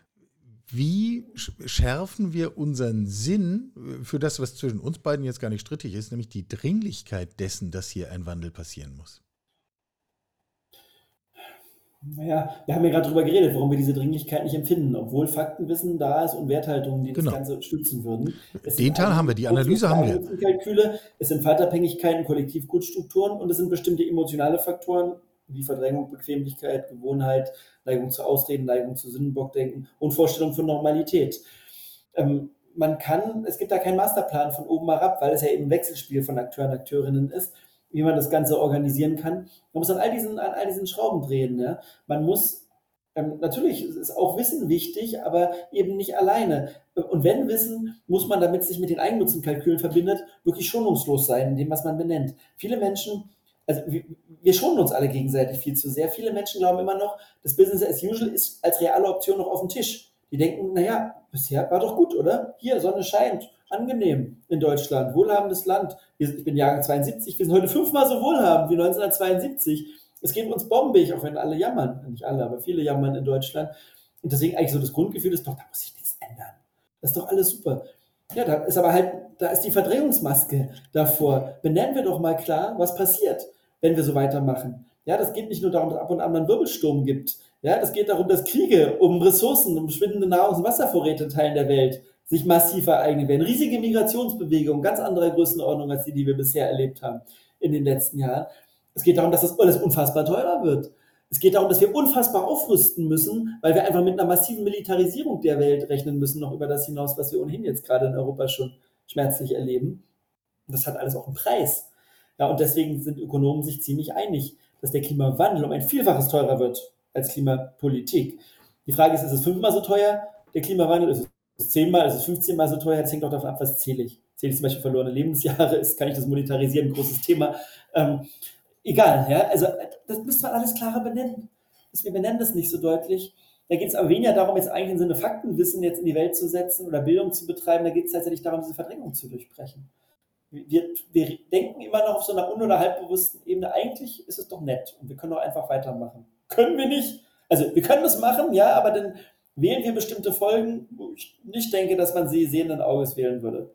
Wie schärfen wir unseren Sinn für das, was zwischen uns beiden jetzt gar nicht strittig ist, nämlich die Dringlichkeit dessen, dass hier ein Wandel passieren muss? Naja, wir haben ja gerade darüber geredet, warum wir diese Dringlichkeit nicht empfinden, obwohl Faktenwissen da ist und Werthaltungen, die Genau. das Ganze stützen würden. Es Den Teil haben wir, die Analyse haben wir. Kalküle, es sind Faltabhängigkeiten, Kollektivgutstrukturen und es sind bestimmte emotionale Faktoren wie Verdrängung, Bequemlichkeit, Gewohnheit, Neigung zu Ausreden, Neigung zu Sündenbockdenken und Vorstellung von Normalität. Ähm, man kann, es gibt da keinen Masterplan von oben herab, weil es ja eben ein Wechselspiel von Akteuren und Akteurinnen ist, wie man das Ganze organisieren kann. Man muss an all diesen, an all diesen Schrauben drehen. Ja? Man muss, ähm, natürlich ist auch Wissen wichtig, aber eben nicht alleine. Und wenn Wissen, muss man, damit es sich mit den Eigennutzenkalkülen verbindet, wirklich schonungslos sein in dem, was man benennt. Viele Menschen, also wir, wir schonen uns alle gegenseitig viel zu sehr. Viele Menschen glauben immer noch, das Business as usual ist als reale Option noch auf dem Tisch. Die denken, naja, bisher war doch gut, oder? Hier, Sonne scheint, angenehm in Deutschland, wohlhabendes Land. Ich bin Jahrgang zweiundsiebzig, wir sind heute fünfmal so wohlhabend wie neunzehnhundertzweiundsiebzig. Es geht uns bombig, auch wenn alle jammern, nicht alle, aber viele jammern in Deutschland. Und deswegen eigentlich so das Grundgefühl ist doch, da muss sich nichts ändern. Das ist doch alles super. Ja, da ist aber halt, da ist die Verdrängungsmaske davor. Benennen wir doch mal klar, was passiert, wenn wir so weitermachen. Ja, das geht nicht nur darum, dass es ab und an einen Wirbelsturm gibt, Ja, es geht darum, dass Kriege um Ressourcen, um schwindende Nahrungs- und Wasservorräte in Teilen der Welt sich massiv ereignen werden. Riesige Migrationsbewegungen, ganz anderer Größenordnung als die, die wir bisher erlebt haben in den letzten Jahren. Es geht darum, dass das alles unfassbar teurer wird. Es geht darum, dass wir unfassbar aufrüsten müssen, weil wir einfach mit einer massiven Militarisierung der Welt rechnen müssen, noch über das hinaus, was wir ohnehin jetzt gerade in Europa schon schmerzlich erleben. Und das hat alles auch einen Preis. Ja, und deswegen sind Ökonomen sich ziemlich einig, dass der Klimawandel um ein Vielfaches teurer wird als Klimapolitik. Die Frage ist, ist es fünfmal so teuer, der Klimawandel? Ist es zehnmal, ist es fünfzehnmal so teuer? Das hängt auch davon ab, was zähle ich. Zähle ich zum Beispiel verlorene Lebensjahre, ist, kann ich das monetarisieren, ein großes Thema. Ähm, egal, ja, also das müsste man alles klarer benennen. Wir benennen das nicht so deutlich. Da geht es aber weniger darum, jetzt eigentlich im Sinne Faktenwissen jetzt in die Welt zu setzen oder Bildung zu betreiben, da geht es tatsächlich darum, diese Verdrängung zu durchbrechen. Wir, wir denken immer noch auf so einer un- oder halbbewussten Ebene, eigentlich ist es doch nett und wir können doch einfach weitermachen. Können wir nicht? Also wir können das machen, ja, aber dann wählen wir bestimmte Folgen, wo ich nicht denke, dass man sie sehenden Auges wählen würde.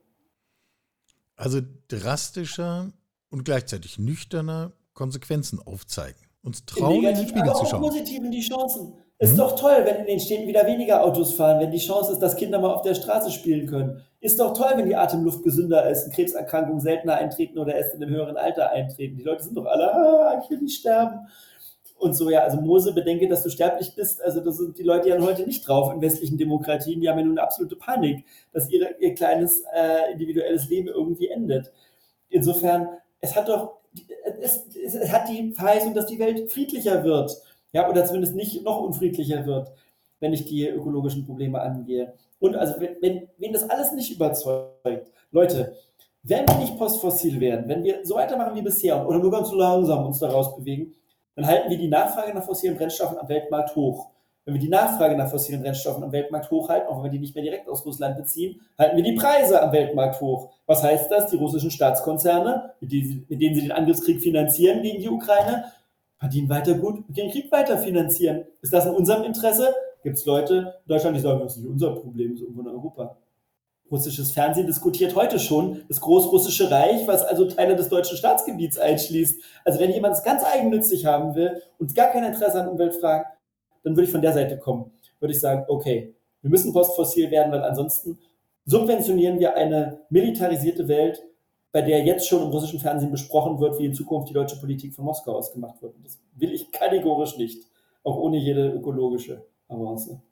Also drastischer und gleichzeitig nüchterner Konsequenzen aufzeigen. Uns trauen, in den Negativ, Spiegel aber zu auch schauen. positiv in die Chancen. Ist Mhm. doch toll, wenn in den Städten wieder weniger Autos fahren, wenn die Chance ist, dass Kinder mal auf der Straße spielen können. Ist doch toll, wenn die Atemluft gesünder ist und Krebserkrankungen seltener eintreten oder erst in einem höheren Alter eintreten. Die Leute sind doch alle, ah, ich will nicht sterben. Und so, ja, also Mose, bedenke, dass du sterblich bist. Also da sind die Leute ja heute nicht drauf in westlichen Demokratien. Die haben ja nun eine absolute Panik, dass ihre, ihr kleines äh, individuelles Leben irgendwie endet. Insofern, es hat doch, es, es, es hat die Verheißung, dass die Welt friedlicher wird. Ja, oder zumindest nicht noch unfriedlicher wird, wenn ich die ökologischen Probleme angehe. Und also, wenn, wenn wen das alles nicht überzeugt, Leute, wenn wir nicht postfossil werden, wenn wir so weitermachen wie bisher oder nur ganz langsam uns daraus bewegen, dann halten wir die Nachfrage nach fossilen Brennstoffen am Weltmarkt hoch. Wenn wir die Nachfrage nach fossilen Brennstoffen am Weltmarkt hochhalten, auch wenn wir die nicht mehr direkt aus Russland beziehen, halten wir die Preise am Weltmarkt hoch. Was heißt das? Die russischen Staatskonzerne, mit denen sie, mit denen sie den Angriffskrieg finanzieren gegen die Ukraine, verdienen weiter gut und den Krieg weiter finanzieren. Ist das in unserem Interesse? Gibt es Leute in Deutschland, die sagen, das ist nicht unser Problem, das ist irgendwo in Europa. Russisches Fernsehen diskutiert heute schon das Großrussische Reich, was also Teile des deutschen Staatsgebiets einschließt. Also wenn jemand es ganz eigennützig haben will und gar kein Interesse an Umweltfragen, dann würde ich von der Seite kommen. Würde ich sagen, okay, wir müssen postfossil werden, weil ansonsten subventionieren wir eine militarisierte Welt, bei der jetzt schon im russischen Fernsehen besprochen wird, wie in Zukunft die deutsche Politik von Moskau aus gemacht wird. Und das will ich kategorisch nicht, auch ohne jede ökologische Avance.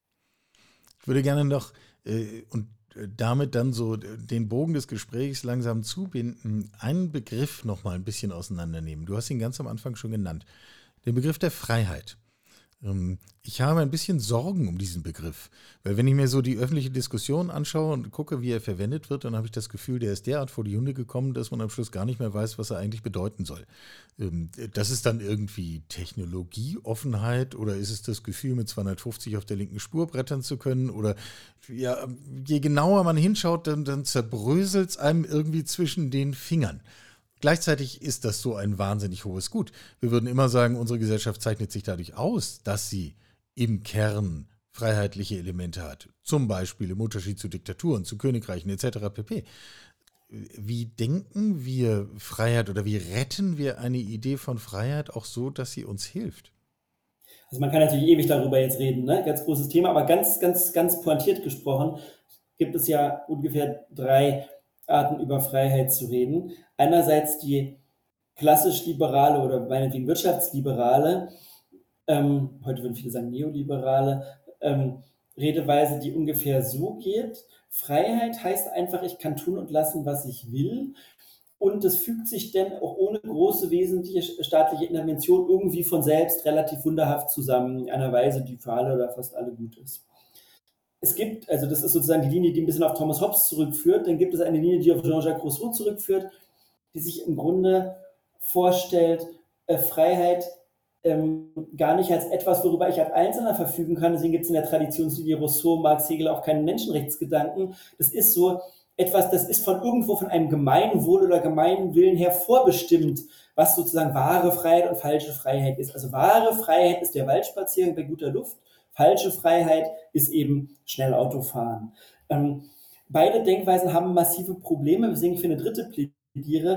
Ich würde gerne noch äh, und damit dann so den Bogen des Gesprächs langsam zubinden, einen Begriff noch mal ein bisschen auseinandernehmen. Du hast ihn ganz am Anfang schon genannt, den Begriff der Freiheit. Ich habe ein bisschen Sorgen um diesen Begriff, weil wenn ich mir so die öffentliche Diskussion anschaue und gucke, wie er verwendet wird, dann habe ich das Gefühl, der ist derart vor die Hunde gekommen, dass man am Schluss gar nicht mehr weiß, was er eigentlich bedeuten soll. Das ist dann irgendwie Technologieoffenheit oder ist es das Gefühl, mit zweihundertfünfzig auf der linken Spur brettern zu können oder ja, je genauer man hinschaut, dann, dann zerbröselt es einem irgendwie zwischen den Fingern. Gleichzeitig ist das so ein wahnsinnig hohes Gut. Wir würden immer sagen, unsere Gesellschaft zeichnet sich dadurch aus, dass sie im Kern freiheitliche Elemente hat. Zum Beispiel im Unterschied zu Diktaturen, zu Königreichen et cetera pp. Wie denken wir Freiheit oder wie retten wir eine Idee von Freiheit auch so, dass sie uns hilft? Also man kann natürlich ewig darüber jetzt reden, ne? Ganz großes Thema, aber ganz, ganz, ganz pointiert gesprochen gibt es ja ungefähr drei Arten, über Freiheit zu reden. Einerseits die klassisch-liberale oder meinetwegen wirtschaftsliberale, ähm, heute würden viele sagen neoliberale, ähm, Redeweise, die ungefähr so geht. Freiheit heißt einfach, ich kann tun und lassen, was ich will. Und das fügt sich dann auch ohne große wesentliche staatliche Intervention irgendwie von selbst relativ wunderhaft zusammen, in einer Weise, die für alle oder fast alle gut ist. Es gibt, also das ist sozusagen die Linie, die ein bisschen auf Thomas Hobbes zurückführt, dann gibt es eine Linie, die auf Jean-Jacques Rousseau zurückführt, die sich im Grunde vorstellt, äh, Freiheit ähm, gar nicht als etwas, worüber ich als Einzelner verfügen kann, deswegen gibt es in der Traditionslinie Rousseau, Marx, Hegel auch keinen Menschenrechtsgedanken. Das ist so etwas, das ist von irgendwo von einem Gemeinwohl oder Gemeinwillen her vorbestimmt, was sozusagen wahre Freiheit und falsche Freiheit ist. Also wahre Freiheit ist der Waldspaziergang bei guter Luft, falsche Freiheit ist eben schnell Autofahren. Ähm, beide Denkweisen haben massive Probleme, weswegen ich für eine dritte plädiere.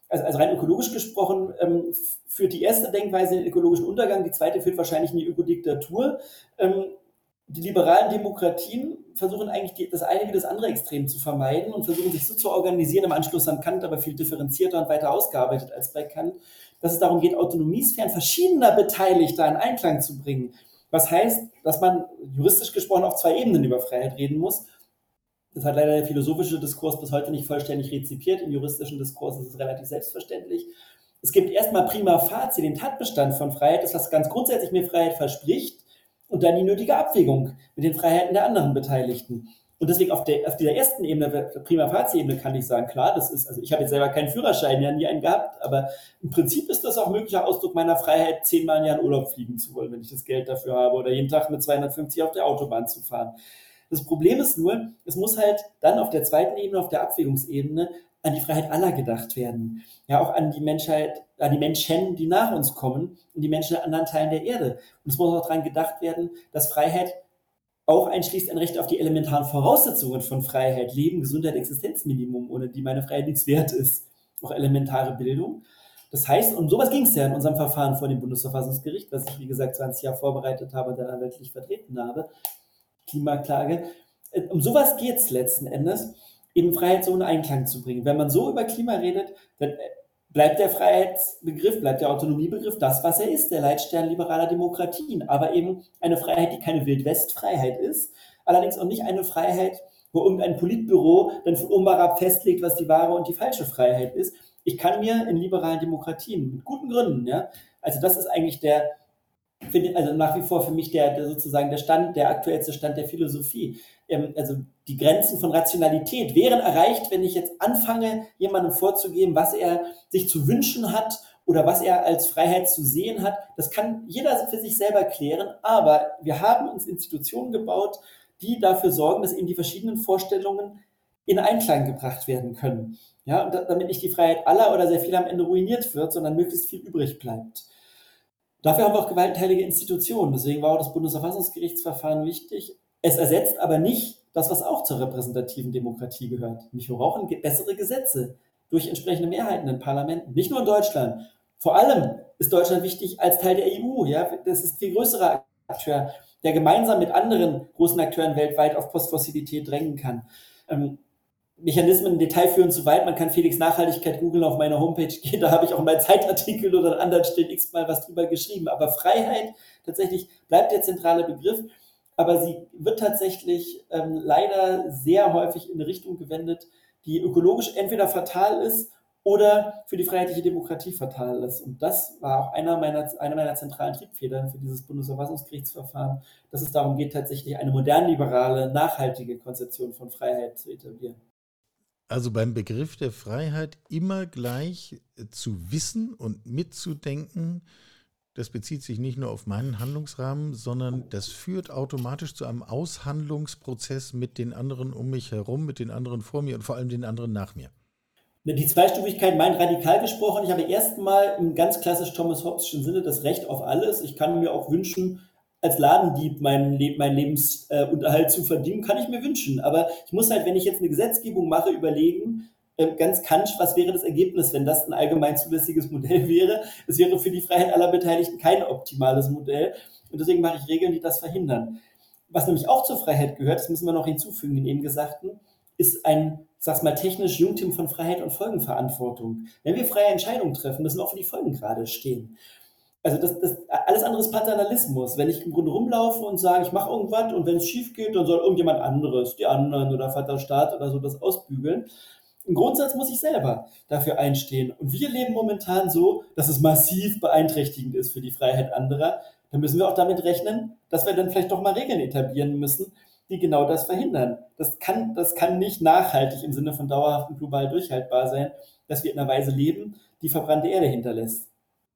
also, also rein ökologisch gesprochen, ähm, führt die erste Denkweise in den ökologischen Untergang, die zweite führt wahrscheinlich in die Ökodiktatur. Ähm, die liberalen Demokratien versuchen eigentlich die, das eine wie das andere Extrem zu vermeiden und versuchen sich so zu organisieren, im Anschluss an Kant, aber viel differenzierter und weiter ausgearbeitet als bei Kant, dass es darum geht, Autonomiesphären verschiedener Beteiligter in Einklang zu bringen. Was heißt, dass man juristisch gesprochen auf zwei Ebenen über Freiheit reden muss. Das hat leider der philosophische Diskurs bis heute nicht vollständig rezipiert. Im juristischen Diskurs ist es relativ selbstverständlich. Es gibt erstmal prima facie den Tatbestand von Freiheit, das was ganz grundsätzlich mir Freiheit verspricht, und dann die nötige Abwägung mit den Freiheiten der anderen Beteiligten. Und deswegen auf, der, auf dieser ersten Ebene, der prima facie Ebene, kann ich sagen, klar, das ist, also ich habe jetzt selber keinen Führerschein, ja nie einen gehabt, aber im Prinzip ist das auch möglicher Ausdruck meiner Freiheit, zehnmal im Jahr in Urlaub fliegen zu wollen, wenn ich das Geld dafür habe, oder jeden Tag mit zweihundertfünfzig auf der Autobahn zu fahren. Das Problem ist nur, es muss halt dann auf der zweiten Ebene, auf der Abwägungsebene, an die Freiheit aller gedacht werden. Ja, auch an die Menschheit, an die Menschen, die nach uns kommen und die Menschen in anderen Teilen der Erde. Und es muss auch daran gedacht werden, dass Freiheit auch einschließt ein Recht auf die elementaren Voraussetzungen von Freiheit, Leben, Gesundheit, Existenzminimum, ohne die meine Freiheit nichts wert ist. Auch elementare Bildung. Das heißt, um sowas ging es ja in unserem Verfahren vor dem Bundesverfassungsgericht, was ich, wie gesagt, zwanzig Jahre vorbereitet habe und dann anwaltlich vertreten habe, Klimaklage. Um sowas geht es letzten Endes, eben Freiheit so in Einklang zu bringen. Wenn man so über Klima redet, dann bleibt der Freiheitsbegriff, bleibt der Autonomiebegriff das, was er ist, der Leitstern liberaler Demokratien. Aber eben eine Freiheit, die keine Wildwest-Freiheit ist, allerdings auch nicht eine Freiheit, wo irgendein Politbüro dann von oben herab festlegt, was die wahre und die falsche Freiheit ist. Ich kann mir in liberalen Demokratien mit guten Gründen, ja, also das ist eigentlich der, finde, also nach wie vor für mich der, der sozusagen der Stand, der aktuellste Stand der Philosophie. Ähm, also die Grenzen von Rationalität wären erreicht, wenn ich jetzt anfange, jemandem vorzugeben, was er sich zu wünschen hat oder was er als Freiheit zu sehen hat. Das kann jeder für sich selber klären, aber wir haben uns Institutionen gebaut, die dafür sorgen, dass eben die verschiedenen Vorstellungen in Einklang gebracht werden können. Ja, und damit nicht die Freiheit aller oder sehr viel am Ende ruiniert wird, sondern möglichst viel übrig bleibt. Dafür haben wir auch gewaltteilige Institutionen. Deswegen war auch das Bundesverfassungsgerichtsverfahren wichtig. Es ersetzt aber nicht das, was auch zur repräsentativen Demokratie gehört. Nämlich wir brauchen bessere Gesetze durch entsprechende Mehrheiten in Parlamenten. Nicht nur in Deutschland. Vor allem ist Deutschland wichtig als Teil der E U. Ja? Das ist ein viel größerer Akteur, der gemeinsam mit anderen großen Akteuren weltweit auf Postfossilität drängen kann. Ähm, Mechanismen im Detail führen zu weit. Man kann Felix Nachhaltigkeit googeln, auf meiner Homepage gehen. Da habe ich auch in meinen Zeitartikel oder an anderen Stellen x-mal was drüber geschrieben. Aber Freiheit tatsächlich bleibt der zentrale Begriff. Aber sie wird tatsächlich ähm, leider sehr häufig in eine Richtung gewendet, die ökologisch entweder fatal ist oder für die freiheitliche Demokratie fatal ist. Und das war auch einer meiner, einer meiner zentralen Triebfedern für dieses Bundesverfassungsgerichtsverfahren, dass es darum geht, tatsächlich eine modernliberale, nachhaltige Konzeption von Freiheit zu etablieren. Also beim Begriff der Freiheit immer gleich zu wissen und mitzudenken, das bezieht sich nicht nur auf meinen Handlungsrahmen, sondern das führt automatisch zu einem Aushandlungsprozess mit den anderen um mich herum, mit den anderen vor mir und vor allem den anderen nach mir. Die Zweistufigkeit meint radikal gesprochen. Ich habe erstmal im ganz klassisch Thomas Hobbes'schen Sinne das Recht auf alles. Ich kann mir auch wünschen, als Ladendieb meinen, Le- meinen Lebensunterhalt zu verdienen, kann ich mir wünschen. Aber ich muss halt, wenn ich jetzt eine Gesetzgebung mache, überlegen, äh, ganz kantisch, was wäre das Ergebnis, wenn das ein allgemein zulässiges Modell wäre. Es wäre für die Freiheit aller Beteiligten kein optimales Modell. Und deswegen mache ich Regeln, die das verhindern. Was nämlich auch zur Freiheit gehört, das müssen wir noch hinzufügen, den eben Gesagten, ist ein, ich sag's mal technisch, Junktim von Freiheit und Folgenverantwortung. Wenn wir freie Entscheidungen treffen, müssen wir auch für die Folgen gerade stehen. Also das, das, alles andere ist Paternalismus. Wenn ich im Grunde rumlaufe und sage, ich mache irgendwas und wenn es schief geht, dann soll irgendjemand anderes, die anderen oder Vater Staat oder so, das ausbügeln. Im Grundsatz muss ich selber dafür einstehen. Und wir leben momentan so, dass es massiv beeinträchtigend ist für die Freiheit anderer. Dann müssen wir auch damit rechnen, dass wir dann vielleicht doch mal Regeln etablieren müssen, die genau das verhindern. Das kann, das kann nicht nachhaltig im Sinne von dauerhaft und global durchhaltbar sein, dass wir in einer Weise leben, die verbrannte Erde hinterlässt.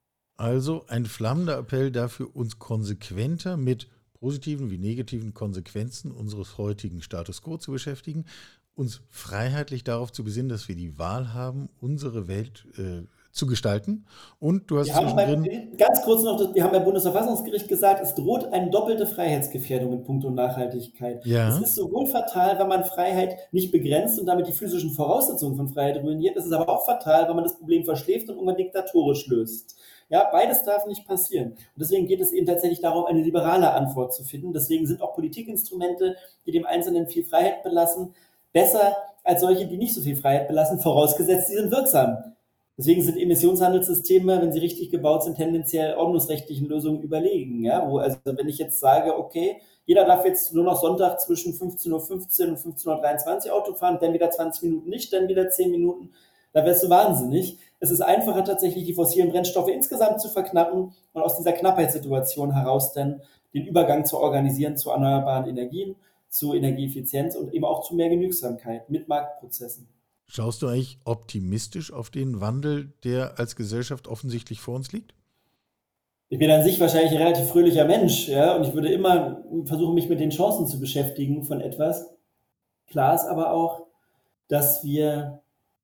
Also ein flammender Appell dafür, uns konsequenter mit positiven wie negativen Konsequenzen unseres heutigen Status quo zu beschäftigen, uns freiheitlich darauf zu besinnen, dass wir die Wahl haben, unsere Welt äh, zu gestalten. Und du hast Wir haben beim, zwischendrin... ganz kurz noch, das- wir haben beim Bundesverfassungsgericht gesagt, es droht eine doppelte Freiheitsgefährdung in puncto Nachhaltigkeit. Ja. Es ist sowohl fatal, wenn man Freiheit nicht begrenzt und damit die physischen Voraussetzungen von Freiheit ruiniert. Es ist aber auch fatal, wenn man das Problem verschläft und irgendwann diktatorisch löst. Ja, beides darf nicht passieren. Und deswegen geht es eben tatsächlich darum, eine liberale Antwort zu finden. Deswegen sind auch Politikinstrumente, die dem Einzelnen viel Freiheit belassen, besser als solche, die nicht so viel Freiheit belassen, vorausgesetzt, sie sind wirksam. Deswegen sind Emissionshandelssysteme, wenn sie richtig gebaut sind, tendenziell ordnungsrechtlichen Lösungen überlegen. Ja? Wo, also wenn ich jetzt sage, okay, jeder darf jetzt nur noch Sonntag zwischen fünfzehn Uhr fünfzehn und fünfzehn Uhr dreiundzwanzig Auto fahren, dann wieder zwanzig Minuten nicht, dann wieder zehn Minuten, da wärst du wahnsinnig. Es ist einfacher tatsächlich, die fossilen Brennstoffe insgesamt zu verknappen und aus dieser Knappheitssituation heraus dann den Übergang zu organisieren zu erneuerbaren Energien, zu Energieeffizienz und eben auch zu mehr Genügsamkeit mit Marktprozessen. Schaust du eigentlich optimistisch auf den Wandel, der als Gesellschaft offensichtlich vor uns liegt? Ich bin an sich wahrscheinlich ein relativ fröhlicher Mensch, ja, und ich würde immer versuchen, mich mit den Chancen zu beschäftigen von etwas. Klar ist aber auch, dass wir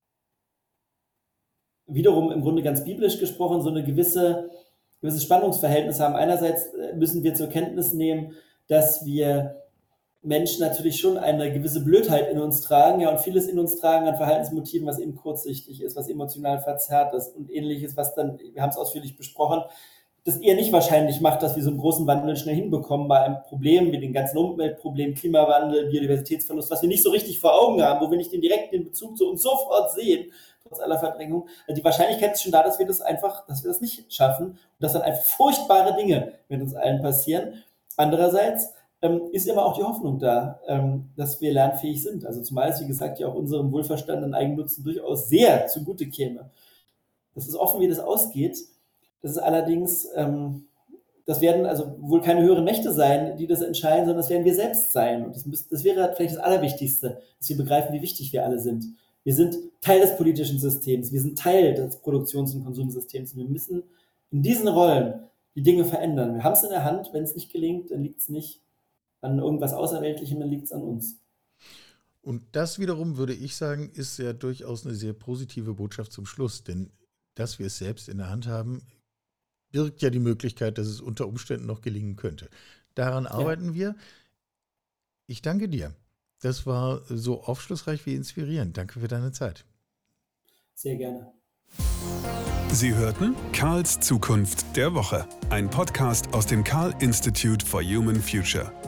wiederum im Grunde ganz biblisch gesprochen so eine gewisse, gewisses Spannungsverhältnis haben. Einerseits müssen wir zur Kenntnis nehmen, dass wir Menschen natürlich schon eine gewisse Blödheit in uns tragen, ja, und vieles in uns tragen an Verhaltensmotiven, was eben kurzsichtig ist, was emotional verzerrt ist und ähnliches, was dann, wir haben es ausführlich besprochen, das eher nicht wahrscheinlich macht, dass wir so einen großen Wandel schnell hinbekommen bei einem Problem wie den ganzen Umweltproblemen, Klimawandel, Biodiversitätsverlust, was wir nicht so richtig vor Augen haben, wo wir nicht den direkten Bezug zu uns sofort sehen, trotz aller Verdrängung. Also die Wahrscheinlichkeit ist schon da, dass wir das einfach, dass wir das nicht schaffen und dass dann einfach furchtbare Dinge mit uns allen passieren. Andererseits ähm, ist immer auch die Hoffnung da, ähm, dass wir lernfähig sind. Also zumal es, wie gesagt, ja auch unserem Wohlverstand und Eigennutzen durchaus sehr zugute käme. Das ist offen, wie das ausgeht. Das ist allerdings, ähm, das werden also wohl keine höheren Mächte sein, die das entscheiden, sondern das werden wir selbst sein. Und das, müsst, das wäre vielleicht das Allerwichtigste, dass wir begreifen, wie wichtig wir alle sind. Wir sind Teil des politischen Systems, wir sind Teil des Produktions- und Konsumsystems. Und wir müssen in diesen Rollen die Dinge verändern. Wir haben es in der Hand, wenn es nicht gelingt, dann liegt es nicht an irgendwas Außerweltlichem, dann liegt es an uns. Und das wiederum, würde ich sagen, ist ja durchaus eine sehr positive Botschaft zum Schluss. Denn dass wir es selbst in der Hand haben, birgt ja die Möglichkeit, dass es unter Umständen noch gelingen könnte. Daran arbeiten ja. wir. Ich danke dir. Das war so aufschlussreich wie inspirierend. Danke für deine Zeit. Sehr gerne. Sie hörten Karls Zukunft der Woche, ein Podcast aus dem Karl Institute for Human Future.